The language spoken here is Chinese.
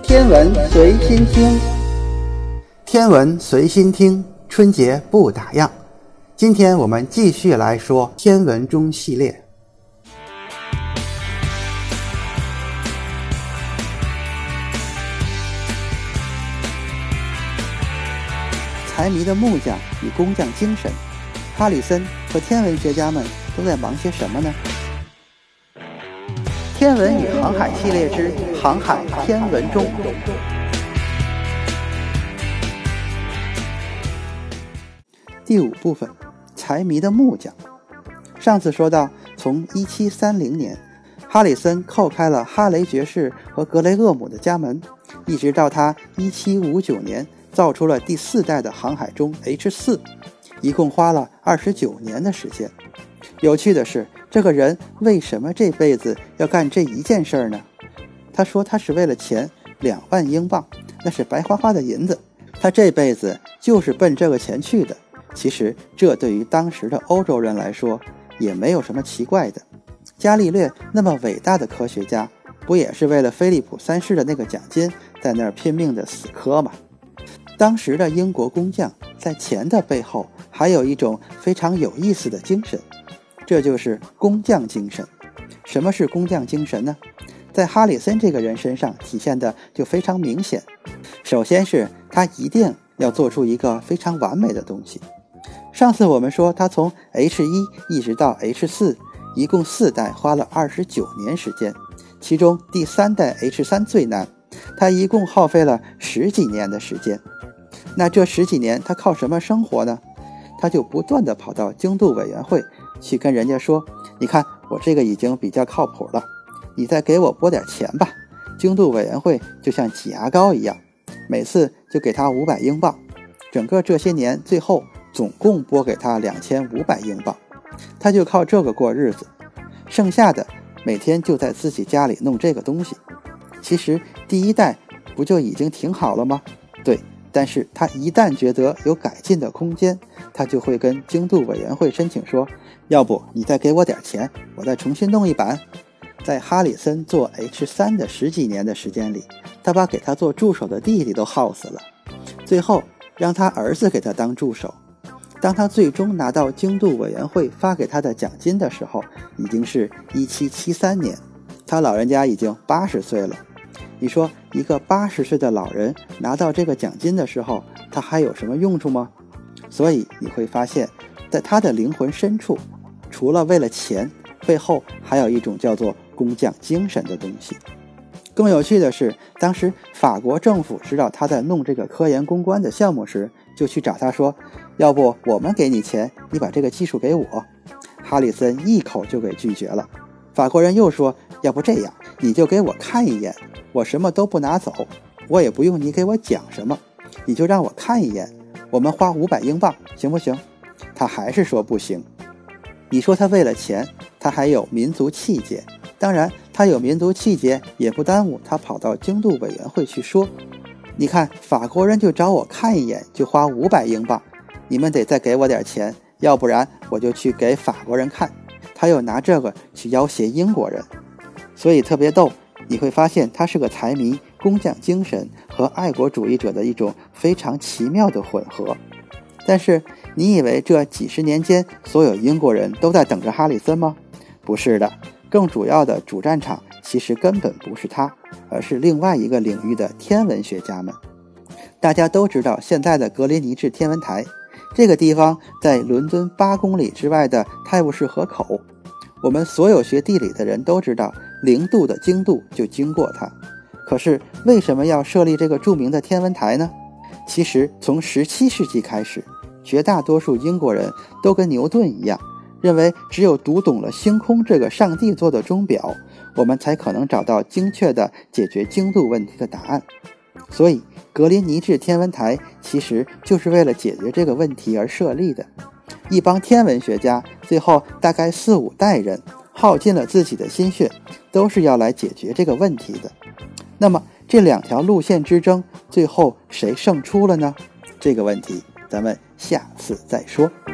天文随心听，天文随心听，春节不打烊。今天我们继续来说天文钟系列。财迷的木匠与工匠精神，哈里森和天文学家们都在忙些什么呢？天文与航海系列之航海天文钟。第5部分，财迷的木匠。上次说到，从1730年，哈里森叩开了哈雷爵士和格雷厄姆的家门，一直到他1759年造出了第4代的航海钟 H4， 一共花了29年的时间。有趣的是，这个人为什么这辈子要干这一件事呢？他说他是为了钱，2万英镑，那是白花花的银子，他这辈子就是奔这个钱去的。其实这对于当时的欧洲人来说也没有什么奇怪的。伽利略那么伟大的科学家，不也是为了菲利普3世的那个奖金在那儿拼命的死磕吗？当时的英国工匠在钱的背后还有一种非常有意思的精神，这就是工匠精神。什么是工匠精神呢？在哈里森这个人身上体现的就非常明显。首先是他一定要做出一个非常完美的东西。上次我们说他从 H1 一直到 H4 一共4代花了29年时间，其中第3代 H3 最难，他一共耗费了10几年的时间。那这10几年他靠什么生活呢？他就不断地跑到经度委员会去跟人家说，你看我这个已经比较靠谱了，你再给我拨点钱吧。经度委员会就像挤牙膏一样，每次就给他500英镑，整个这些年最后总共拨给他2500英镑，他就靠这个过日子，剩下的每天就在自己家里弄这个东西。其实第1代不就已经挺好了吗？对，但是他一旦觉得有改进的空间，他就会跟经度委员会申请说，要不你再给我点钱，我再重新弄一版。在哈里森做 H3 的10几年的时间里，他把给他做助手的弟弟都耗死了，最后让他儿子给他当助手。当他最终拿到经度委员会发给他的奖金的时候，已经是1773年，他老人家已经80岁了。你说一个80岁的老人拿到这个奖金的时候，他还有什么用处吗？所以你会发现，在他的灵魂深处，除了为了钱，背后还有一种叫做工匠精神的东西。更有趣的是，当时法国政府知道他在弄这个科研攻关的项目时，就去找他说，要不我们给你钱，你把这个技术给我。哈里森一口就给拒绝了。法国人又说，要不这样，你就给我看一眼，我什么都不拿走，我也不用你给我讲什么，你就让我看一眼，我们花500英镑行不行？他还是说不行。你说他为了钱，他还有民族气节，当然他有民族气节也不耽误他跑到经度委员会去说，你看法国人就找我看一眼就花500英镑，你们得再给我点钱，要不然我就去给法国人看。他又拿这个去要挟英国人，所以特别逗。你会发现他是个财迷、工匠精神和爱国主义者的一种非常奇妙的混合。但是你以为这几十年间所有英国人都在等着哈里森吗？不是的，更主要的主战场其实根本不是他，而是另外一个领域的天文学家们。大家都知道现在的格林尼治天文台，这个地方在伦敦8公里之外的泰晤士河口。我们所有学地理的人都知道0度的经度就经过它。可是为什么要设立这个著名的天文台呢？其实从17世纪开始，绝大多数英国人都跟牛顿一样，认为只有读懂了星空这个上帝做的钟表，我们才可能找到精确的解决经度问题的答案。所以格林尼治天文台其实就是为了解决这个问题而设立的。一帮天文学家最后大概4、5代人耗尽了自己的心血，都是要来解决这个问题的。那么这2条路线之争，最后谁胜出了呢？这个问题咱们下次再说。